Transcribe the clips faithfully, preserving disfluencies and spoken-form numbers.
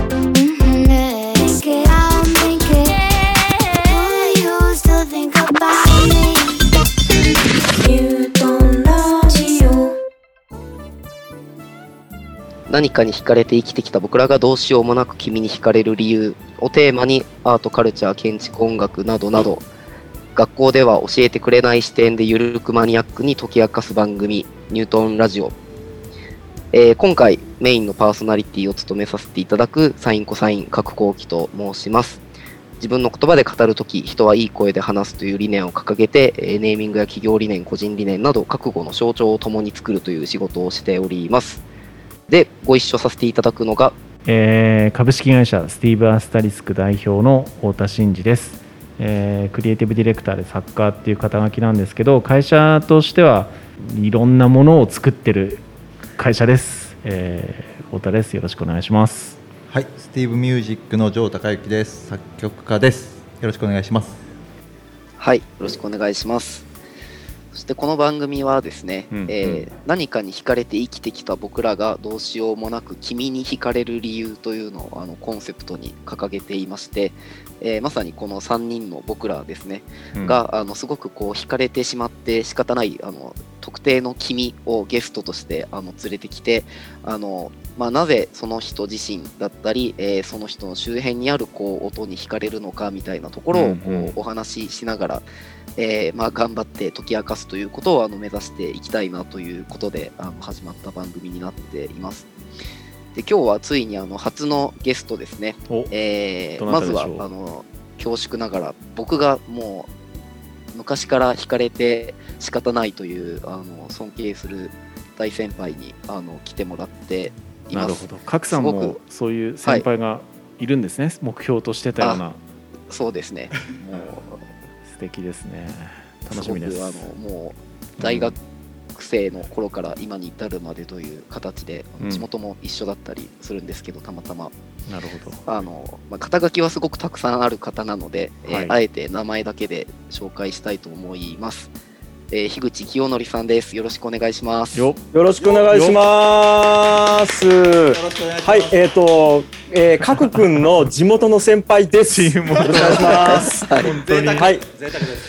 何かに惹かれて生きてきた僕らがどうしようもなく君に惹かれる理由をテーマにアート、カルチャー、建築、音楽などなど学校では教えてくれない視点でゆるくマニアックに解き明かす番組ニュートンラジオ、えー、今回メインのパーソナリティを務めさせていただくサインコサイン各校期と申します。自分の言葉で語るとき人はいい声で話すという理念を掲げて、えー、ネーミングや企業理念、個人理念など覚悟の象徴を共に作るという仕事をしております。でご一緒させていただくのが、 えー、株式会社スティーブ・アスタリスク代表の太田真二です、えー、クリエイティブディレクターで作家っていう肩書きなんですけど、会社としてはいろんなものを作ってる会社です、えー、太田です。よろしくお願いします。 はい、スティーブミュージックの城孝之です。作曲家です。よろしくお願いします。 はい、よろしくお願いします。そしてこの番組はですね、うんうんえー、何かに惹かれて生きてきた僕らがどうしようもなく君に惹かれる理由というのをあのコンセプトに掲げていまして、えー、まさにこのさんにんの僕らですね、うん、があのすごくこう惹かれてしまって仕方ないあの特定の君をゲストとしてあの連れてきてあの、まあ、なぜその人自身だったり、えー、その人の周辺にあるこう音に惹かれるのかみたいなところをこう、うんうん、お話ししながらえーまあ、頑張って解き明かすということをあの目指していきたいなということであの始まった番組になっています。で今日はついにあの初のゲストですね、えー、まずはあの恐縮ながら僕がもう昔から惹かれて仕方ないというあの尊敬する大先輩にあの来てもらっています。 なるほど、賀来さんもそういう先輩がいるんですね、はい、目標としてたような。 そうですねもう素敵ですね。楽しみです。 すごくあのもう大学生の頃から今に至るまでという形で、うん、地元も一緒だったりするんですけどたまたまなるほどあの、まあ、肩書きはすごくたくさんある方なので、はいえー、あえて名前だけで紹介したいと思います。えー、樋口清則さんです。よろしくお願いします。 よ, よろしくお願いします。はい、えっ、ー、と、えー、賀来くんの地元の先輩です。よろしくお願いします。 はい、贅沢、はい、贅沢です。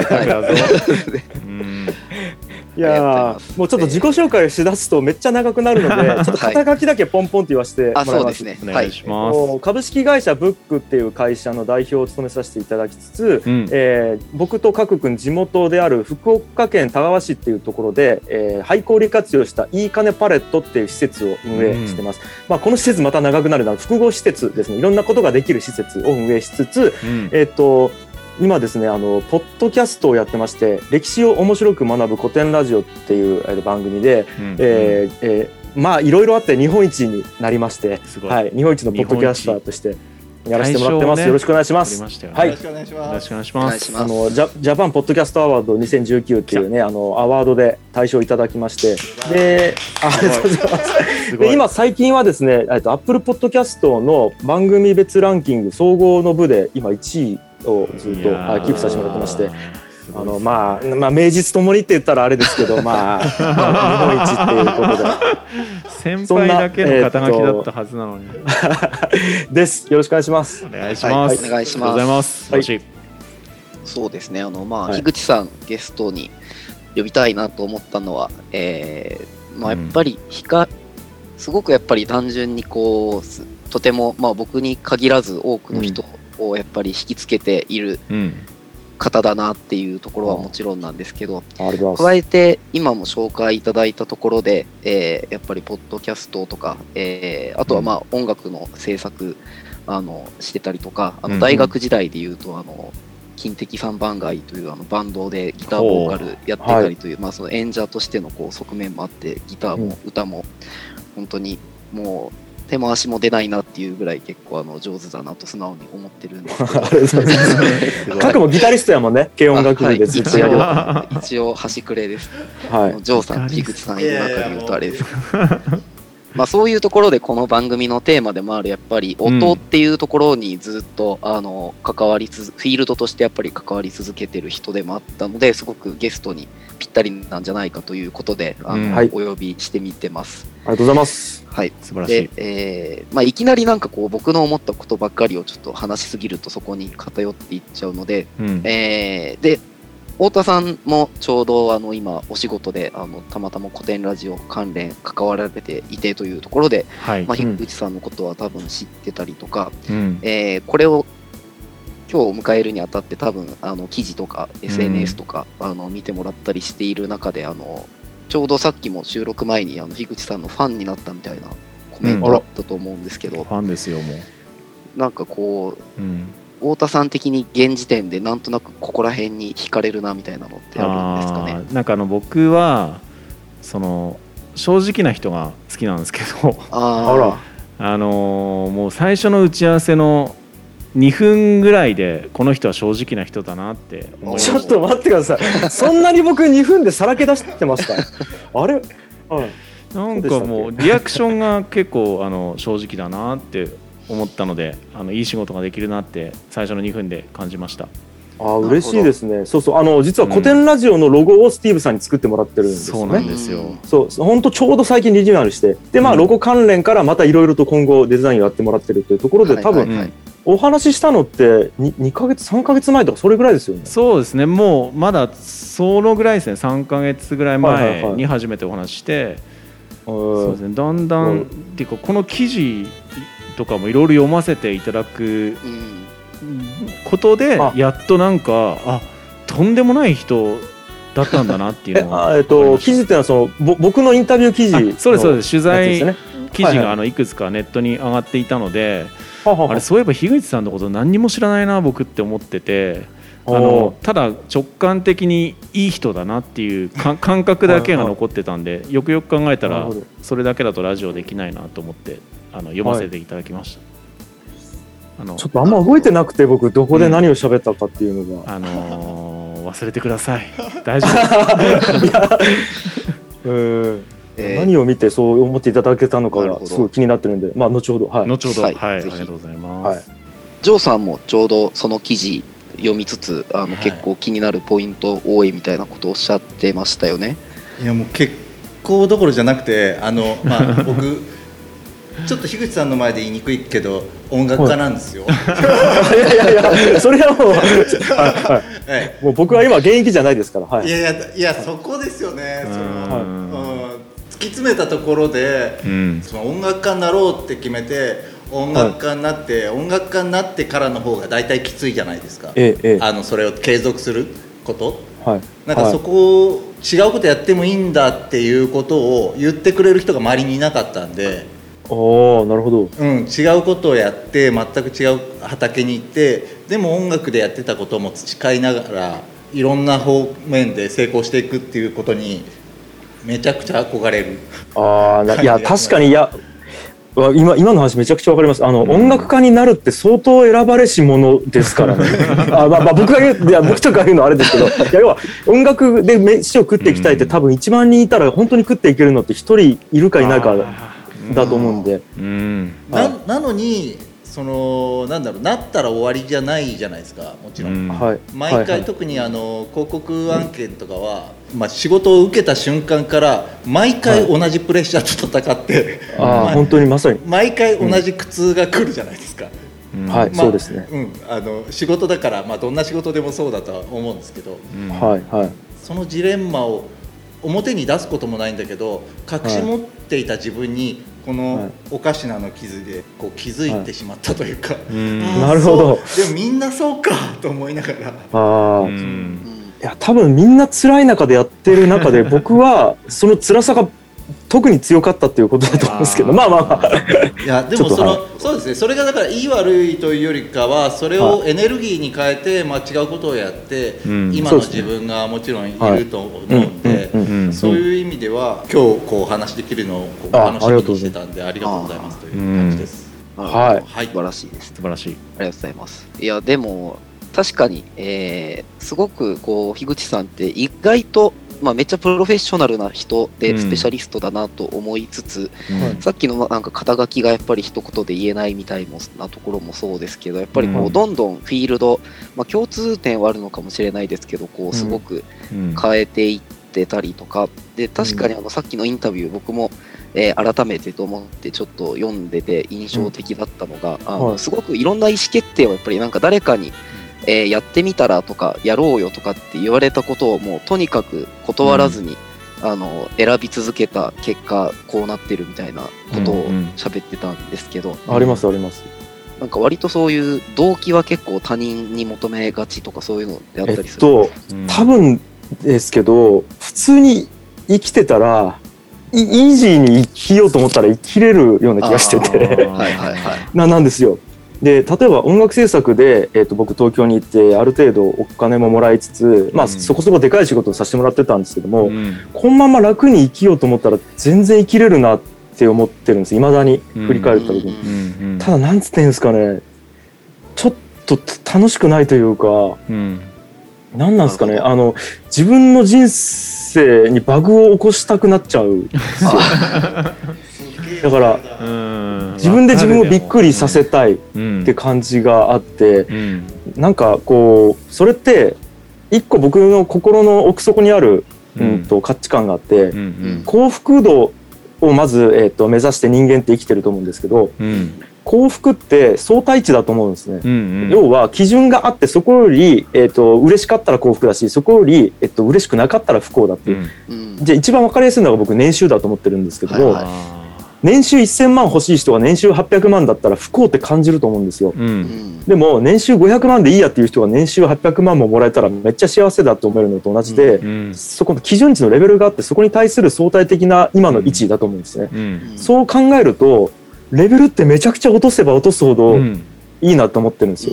いやもうちょっと自己紹介をしだすとめっちゃ長くなるので、ちょっと肩書きだけポンポンって言わせてもらいます。 あ、そうですね。 お願いします。 株式会社ブックっていう会社の代表を務めさせていただきつつ、うんえー、僕と賀来くん地元である福岡県田川市っていうところで、えー、廃校利活用したいいかねパレットっていう施設を運営してます。うんまあ、この施設また長くなるのは複合施設ですね。いろんなことができる施設を運営しつつ、うん、えっと今ですねあのポッドキャストをやってまして、歴史を面白く学ぶ古典ラジオっていう番組で、うんえーえー、まあいろいろあって日本一になりまして、はい、日本一のポッドキャスターとしてやらせてもらってます。ね、よろしくお願いします。 はい、よろしくお願いします。よろしくお願いします。 あのジャジャパンポッドキャストアワードにせんじゅうきゅうっていうねあのアワードで大賞いただきまして、で、ありがとうございます。で今最近はですね、えっとアップルポッドキャストの番組別ランキング総合の部で今いちいをずっと寄付させてもらってまして、あのまあまあ名実ともにって言ったらあれですけど、まあ日本一っていうことで。 先輩だけの肩書きだったはずなのに、えー、ですよろしくお願いします。 お願いします。 はい、お願いします。ありがとうございます。はい、そうですねあのまあ、はい、樋口さんゲストに呼びたいなと思ったのは、えーまあ、やっぱりひか、うん、すごくやっぱり単純にこうとてもまあ僕に限らず多くの人をやっぱり引きつけている、うん方だなっていうところはもちろんなんですけど、加えて今も紹介いただいたところで、えー、やっぱりポッドキャストとか、えー、あとはまあ音楽の制作あのしてたりとか、あの大学時代でいうとあの金的三番街というあのバンドでギターボーカルやってたりという、まあその演者としてのこう側面もあって、ギターも歌も本当にもう手も足も出ないなっていうぐらい結構あの上手だなと素直に思ってるんですけど過去もギタリストやもんね、軽音楽部でずっとやる、 はい、一応端くれです、はい、ジョーさんと樋口さんいる中で言うとあれですままあそういうところでこの番組のテーマでもあるやっぱり音っていうところにずっと、うん、あの関わりつフィールドとしてやっぱり関わり続けてる人でもあったので、すごくゲストにぴったりなんじゃないかということであの、うんはい、お呼びしてみてます。 ありがとうございます。 はい、 素晴らしい。 で、えーまあ、いきなりなんかこう僕の思ったことばっかりをちょっと話しすぎるとそこに偏っていっちゃうので、うん、えー、で太田さんもちょうどあの今お仕事であのたまたま古典ラジオ関連関わられていてというところで、はいまあ、樋口さんのことは多分知ってたりとか、うんえー、これを今日を迎えるにあたって多分あの記事とか エスエヌエス とか、うん、あの見てもらったりしている中であのちょうどさっきも収録前にあの樋口さんのファンになったみたいなコメントだったと思うんですけど、うん、 ファンですよもうなんかこう、うん太田さん的に現時点でなんとなくここら辺に惹かれるなみたいなのってあるんですかね。 なんかあの僕はその正直な人が好きなんですけどあらあのー、もう最初の打ち合わせのにふんぐらいでこの人は正直な人だなって思いました。 ちょっと待ってくださいそんなに僕にふんでさらけ出してましたあれ、はい、 なんかもうリアクションが結構あの正直だなって思ったのであのいい仕事ができるなって最初のにふんで感じました。 あ嬉しいですね。そうそうあの実は古典ラジオのロゴをスティーブさんに作ってもらってるんですよね、うん、そうなんですよ。そう本当ちょうど最近リニューアルしてで、まあ、ロゴ関連からまたいろいろと今後デザインをやってもらってるというところで、はい、多分、はいはい、お話ししたのって 2, にかげつさんかげつまえとかそれぐらいですよね。 そうですねもうまだそのぐらいですねさんかげつぐらい前に初めてお話して、はいはいはい、そうですねだんだん、うん、っていうかこの記事とかもいろいろ読ませていただくことで、うん、やっとなんかあとんでもない人だったんだなっていうのがえっと記事っていうのはその僕のインタビュー記事のそうですそうです取材記事があのいくつかネットに上がっていたので、はいはい、あれそういえば樋口さんのこと何にも知らないな僕って思っててあのただ直感的にいい人だなっていう感覚だけが残ってたんで、はいはい、よくよく考えたらそれだけだとラジオできないなと思ってあの読ませていただきました、 はい、あのちょっとあんま覚えてなくて僕どこで何を喋ったかっていうのが、 うん、あのー、忘れてください大丈夫ですうんえー、何を見てそう思っていただけたのかがすごい気になってるんで、まあ、後ほど、はい、 後ほど、はいはい、ありがとうございます、はい、 ジョーさんもちょうどその記事読みつつあの、はい、結構気になるポイント多いみたいなことをおっしゃってましたよね。 いやもう結構どころじゃなくてあの、まあ、僕ちょっと樋口さんの前で言いにくいけど音楽家なんですよ、はい、いやいやいやそれはもう、はいはい、もう僕は今現役じゃないですから、はい、 いやいやいやそこですよねその、はいうん、突き詰めたところで、うん、その音楽家になろうって決めて音楽家になって、はい、音楽家になってからの方が大体きついじゃないですか、ええ、あのそれを継続すること、はい、なんかそこを違うことやってもいいんだっていうことを言ってくれる人が周りにいなかったんでああなるほど、 うん、違うことをやって全く違う畑に行ってでも音楽でやってたことも培いながらいろんな方面で成功していくっていうことにめちゃくちゃ憧れる。ああいや確かにいや今, 今の話めちゃくちゃわかります。あの、うん、音楽家になるって相当選ばれし者ですからねあ、まあ、まあ僕が言ういや僕とか言うのはあれですけどいや要は音楽で飯を食っていきたいって多分いちまんにんいたら本当に食っていけるのってひとりいるかいないかだと思うんで、うん、 な, なのにそのなんだろうなったら終わりじゃないじゃないですかもちろん、うん、毎回、はいはい、特にあの広告案件とかは、うんまあ、仕事を受けた瞬間から毎回同じプレッシャーと戦って、 はい、あ本当にまさに毎回同じ苦痛が来るじゃないですか、 うんまあ、はいそうですね、 うん、あの仕事だから、まあ、どんな仕事でもそうだとは思うんですけど、うんはいはい、 そのジレンマを表に出すこともないんだけど隠し持っていた自分にこのおかしなの傷でこう気づいてしまったというか、はい、 なるほどでもみんなそうかと思いながらあうんいや多分みんな辛い中でやってる中で僕はその辛さが特に強かったっていうことだと思うんですけどまあまあまあいやでもその、はい、そうですねそれがだからいい悪いというよりかはそれをエネルギーに変えて、まあ、違うことをやって、うん、今の自分がもちろんいると思うんでそういう意味では今日こうお話できるのをこう楽しみにしてたんでありがとうございますという感じです。 はい、 はい、素晴らしいです。 素晴らしい。 ありがとうございます。いやでも確かに、えー、すごくこう樋口さんって意外とまあ、めっちゃプロフェッショナルな人でスペシャリストだなと思いつつ、うん、さっきのなんか肩書きがやっぱり一言で言えないみたいなところもそうですけど、やっぱりこうどんどんフィールド、まあ、共通点はあるのかもしれないですけど、こうすごく変えていってたりとかで、確かにあのさっきのインタビュー僕もえー、改めてと思ってちょっと読んでて印象的だったのが、うん、あのすごくいろんな意思決定をやっぱりなんか誰かに、えー、やってみたらとかやろうよとかって言われたことをもうとにかく断らずに、うん、あの選び続けた結果こうなってるみたいなことを喋ってたんですけど、 うんうん、ありますあります。 なんか割とそういう動機は結構他人に求めがちとかそういうのであったりする。 えっと、うん、多分ですけど普通に生きてたらイージーに生きようと思ったら生きれるような気がしててはいはい、はい、な, なんですよ。で例えば音楽制作で、えー、と僕東京に行ってある程度お金ももらいつつ、まあ、そこそこでかい仕事をさせてもらってたんですけども、うん、このまま楽に生きようと思ったら全然生きれるなって思ってるんです、未だに振り返った時に、うんうん、ただなんつってんですかね、ちょっと楽しくないというか、うん、何なんですかね、あの自分の人生にバグを起こしたくなっちゃうだから自分で自分をびっくりさせたいって感じがあって、なんかこうそれって一個僕の心の奥底にある、うんと価値観があって、幸福度をまず、えーと目指して人間って生きてると思うんですけど、幸福って相対値だと思うんですね、うんうん、要は基準があって、そこより、えーと嬉しかったら幸福だし、そこより、えーと嬉しくなかったら不幸だっていう、うん、じゃあ一番分かりやすいのが僕年収だと思ってるんですけども、はいはい、年収せんまん欲しい人が年収はっぴゃくまんだったら不幸って感じると思うんですよ、うん、でも年収ごひゃくまんでいいやっていう人が年収はっぴゃくまんももらえたらめっちゃ幸せだと思えるのと同じで、うんうん、そこの基準値のレベルがあって、そこに対する相対的な今の位置だと思うんですね、うんうん、そう考えるとレベルってめちゃくちゃ落とせば落とすほどいいなと思ってるんですよ、うん、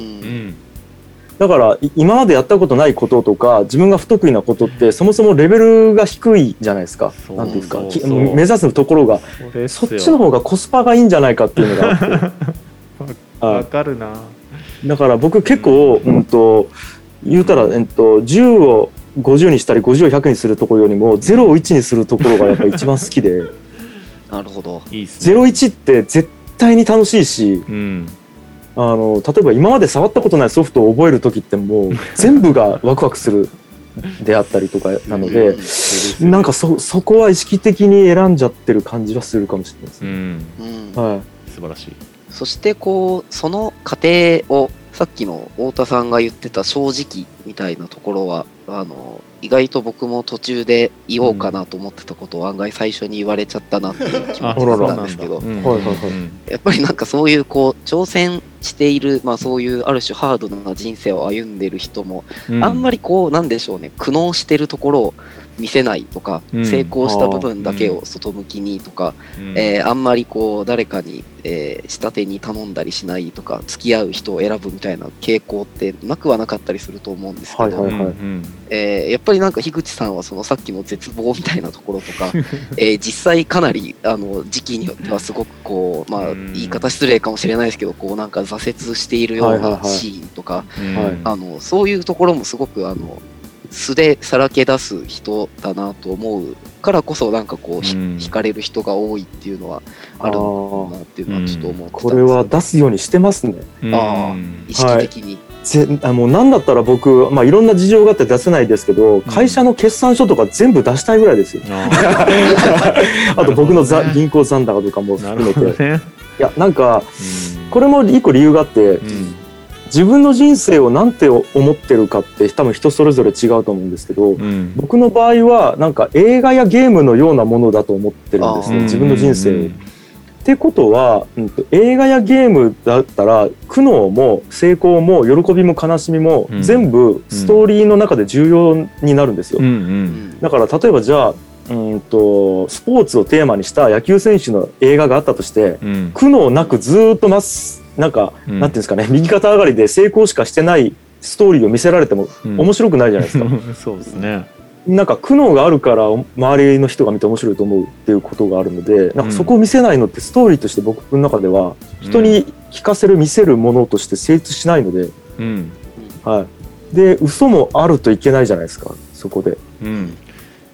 だから今までやったことないこととか自分が不得意なことってそもそもレベルが低いじゃないですか。なんていうんですか、そうそう、目指すところが そ, そっちの方がコスパがいいんじゃないかっていうのがあってわかるな。 だから僕結構、うん、と言うたら、えっと、じゅうをごじゅうにしたりごじゅうをひゃくにするところよりもゼロをいちにするところがやっぱり一番好きでなるほど、 いいっすね、 ゼロイチって絶対に楽しいし、うん、あの例えば今まで触ったことないソフトを覚える時ってもう全部がワクワクするであったりとかなので、うん、なんか そ, そこは意識的に選んじゃってる感じはするかもしれないですね、うんはい、素晴らしい。 そしてこうその過程をさっきの太田さんが言ってた正直みたいなところはあの意外と僕も途中で言おうかなと思ってたことを案外最初に言われちゃったなっていう気持ちだったんですけど、やっぱりなんかそういうこう挑戦している、まあ、そういうある種ハードな人生を歩んでる人も、うん、あんまりこうなんでしょうね、苦悩してるところを見せないとか、うん、成功した部分だけを外向きにとか、うんえー、あんまりこう誰かに、えー、下手に頼んだりしないとか付き合う人を選ぶみたいな傾向ってなくはなかったりすると思うんですけど、はいはいはいえー、やっぱりなんか樋口さんはそのさっきの絶望みたいなところとか、えー、実際かなりあの時期によってはすごくこう、まあ、言い方失礼かもしれないですけど、こうなんか挫折しているようなシーンとか、はいはいはい、あのそういうところもすごくあの素でさらけ出す人だなと思うからこそ、なんかこう、うん、惹かれる人が多いっていうのはあるのかなっていうのはちょっと思ってたんです、ね、 これは出すようにしてますね、 うん、あ意識的に、 はい、あもうなんだったら僕、まあ、いろんな事情があって出せないですけど、会社の決算書とか全部出したいぐらいですよ、うん、あと僕の銀行残高とかも含めて、ね、いやなんか、うん、これも一個理由があって、うん自分の人生をなんて思ってるかって多分人それぞれ違うと思うんですけど、うん、僕の場合はなんか映画やゲームのようなものだと思ってるんですね、自分の人生を、うん、ってことは、うん、映画やゲームだったら苦悩も成功も喜びも悲しみも全部ストーリーの中で重要になるんですよ、うんうん、だから例えばじゃあうんとスポーツをテーマにした野球選手の映画があったとして、うん、苦悩なくずっとますなんか、うん、なんていうんですかね、右肩上がりで成功しかしてないストーリーを見せられても面白くないじゃないですか、うん、 そうですね。 なんか苦悩があるから周りの人が見て面白いと思うっていうことがあるので、なんかそこを見せないのってストーリーとして僕の中では人に聞かせる見せるものとして成立しないので、うんはい、で嘘もあるといけないじゃないですかそこで、うん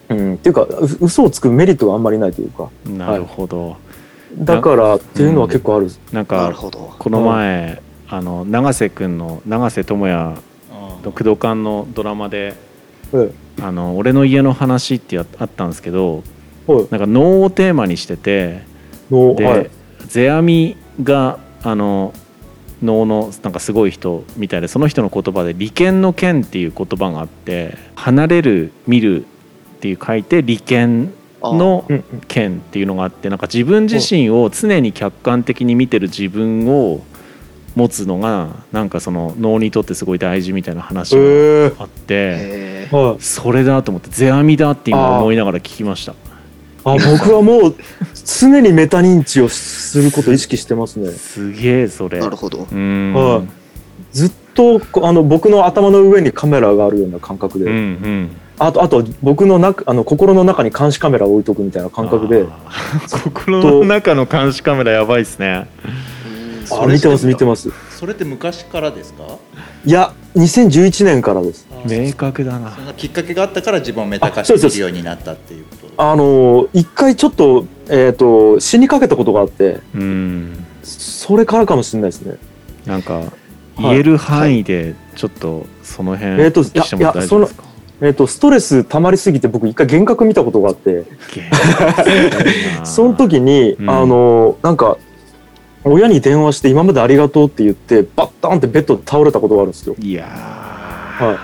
うん、っていうか嘘をつくメリットがあんまりないというか。 なるほど、はい、 だからっていうのは結構ある、うん、 なんかこの前、あの永瀬君の永瀬智也の工藤館のドラマで、うん、あの俺の家の話ってあったんですけど、うん、なんか能をテーマにしてて、で、はい、世阿弥があの能のなんかすごい人みたいで、その人の言葉で利権の権っていう言葉があって、離れる見るっていう書いて利権の権っていうのがあって、なんか自分自身を常に客観的に見てる自分を持つのがなんかその能にとってすごい大事みたいな話があって、それだと思って世阿弥だって今思いながら聞きました。 あ、僕はもう常にメタ認知をすることを意識してますね。 すげえそれ。 なるほど。 うん、 はい、ずっとあの僕の頭の上にカメラがあるような感覚で、うんうん、あとあと僕の中あの心の中に監視カメラを置いとくみたいな感覚で。 心の中の監視カメラやばいですね。 あ、見てます見てます。 それって昔からですか？ いやにせんじゅういちねんからです。 明確だな。 そんなきっかけがあったから自分をメタ化して見るようになったっていうこと。 あの一回ちょっと、えーと死にかけたことがあって、うん、それからかもしれないですね。 なんか言える範囲でちょっとその辺聞いても大丈夫ですか？ えーとストレス溜まりすぎて僕一回幻覚見たことがあって、その時に、うん、あのなんか親に電話して今までありがとうって言ってバッタンってベッドで倒れたことがあるんですよ。 いや、 はい、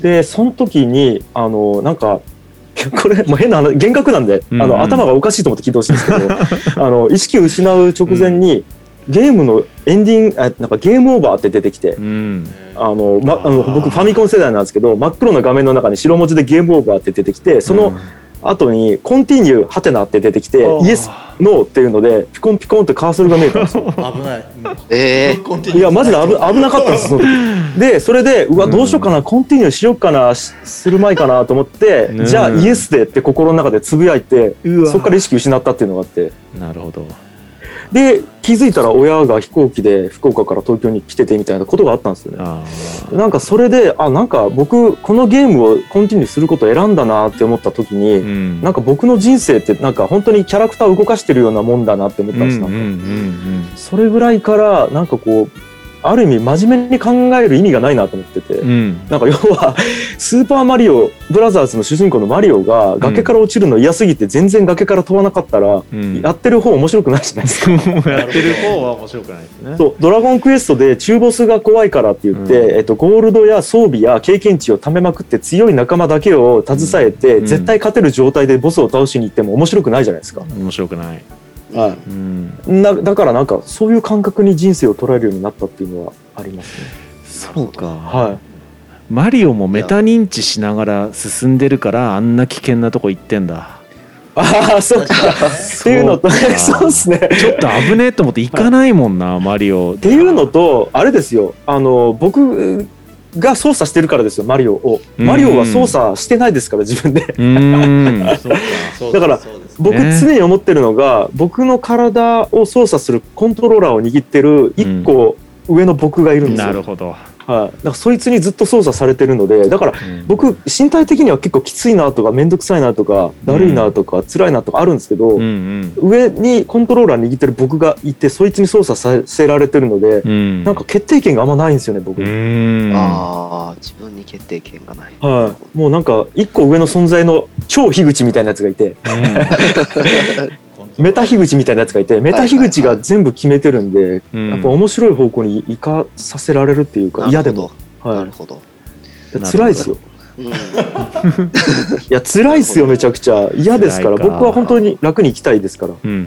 でその時にあのなんかこれもう変な話、幻覚なんで、うんうん、あの頭がおかしいと思って聞いてほしいんですけどあの意識を失う直前に、うん、ゲームのエンディングあなんかゲームオーバーって出てきて、うん、あの、ま、あの僕ファミコン世代なんですけど真っ黒な画面の中に白文字でゲームオーバーって出てきて、その後にコンティニューハテナって出てきて、イエスノーっていうのでピコンピコンってカーソルが見えたんですよ。 危ない。 えー、 いやマジで危、危なかったんですその時。でそれでうわどうしようかな、うん、コンティニューしようかなする前かなと思って、うん、じゃあイエスでって心の中でつぶやいて、そこから意識失ったっていうのがあって。 なるほど。 で気づいたら親が飛行機で福岡から東京に来ててみたいなことがあったんですよね。なんかそれであなんか僕このゲームをコンティニューすることを選んだなって思った時に、うん、なんか僕の人生ってなんか本当にキャラクターを動かしてるようなもんだなって思ったんです。なんかそれぐらいからなんかこうある意味真面目に考える意味がないなと思ってて、うん、なんか要はスーパーマリオブラザーズの主人公のマリオが崖から落ちるの嫌すぎて全然崖から飛ばなかったら、うん、やってる方面白くないじゃないですか。 やってる方は面白くないですね。 そうドラゴンクエストで中ボスが怖いからって言って、うんえっと、ゴールドや装備や経験値を貯めまくって強い仲間だけを携えて、うん、絶対勝てる状態でボスを倒しに行っても面白くないじゃないですか。 面白くない。 はいうん、なだからなんかそういう感覚に人生を捉えるようになったっていうのはありますね。 そうか、 はい、 マリオもメタ認知しながら進んでるからあんな危険なとこ行ってんだ。 ああそうかっていうのとそうですねちょっと危ねえと思って行かないもんな、はい、マリオっていうのとあれですよあの僕が操作してるからですよマリオを。マリオは操作してないですから自分でうんだから僕常に思ってるのが、ね、僕の体を操作するコントローラーを握ってる一個上の僕がいるんですよ、 うん、なるほど。 はい、だからそいつにずっと操作されてるのでだから僕身体的には結構きついなとか面倒くさいなとかだるいなとか辛いなとかあるんですけど、うんうんうん、上にコントローラー握ってる僕がいてそいつに操作させられてるので、うん、なんか決定権があんまないんですよね僕。 うんあ自分に決定権がない、 はい、もうなんか一個上の存在の超樋口みたいなやつがいて、うん、メタ樋口みたいなやつがいてメタ樋口が全部決めてるんで、はいはいはい、やっぱ面白い方向に生かさせられるっていうか嫌でもなるほど、 はい、辛いですよ、うん、いや辛いですよめちゃくちゃ嫌ですから僕は本当に楽に生きたいですから、うんうんうん、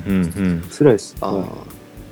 辛いです。 あ、はい、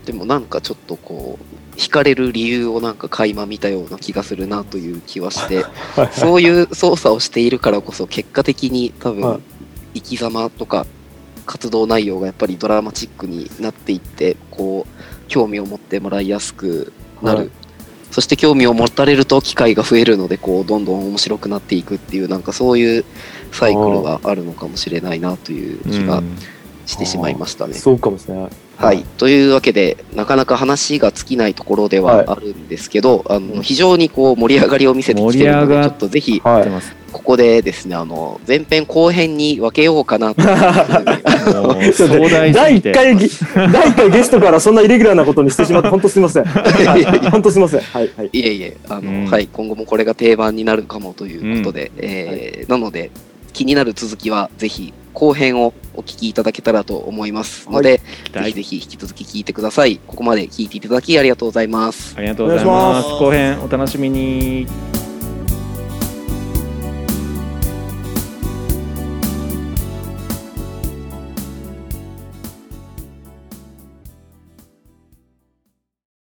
でもなんかちょっとこう惹かれる理由をなんか垣間見たような気がするなという気はしてはい、そういう操作をしているからこそ結果的に多分、はい、生き様とか活動内容がやっぱりドラマチックになっていってこう興味を持ってもらいやすくなる、はい、そして興味を持たれると機会が増えるのでこうどんどん面白くなっていくっていうなんかそういうサイクルがあるのかもしれないなという気がしてしまいましたね。 そうかもしれない。 はい、というわけでなかなか話が尽きないところではあるんですけど、はい、あの非常にこう盛り上がりを見せてきているのでちょっとぜひ、はい、 ここでですね、あの前編後編に分けようかなと壮大だいいっかいだいいっかいゲストからそんなイレギュラーなことにしてしまって本当すみません。本当すみません。はい、はい、 いえいえ、あの、うん、はい、今後もこれが定番になるかもということで、うん、えーはい、なので気になる続きはぜひ後編をお聞きいただけたらと思いますので、はい、ぜひぜひ引き続き聞いてください。ここまで聞いていただきありがとうございます。 ありがとうございます。後編お楽しみに。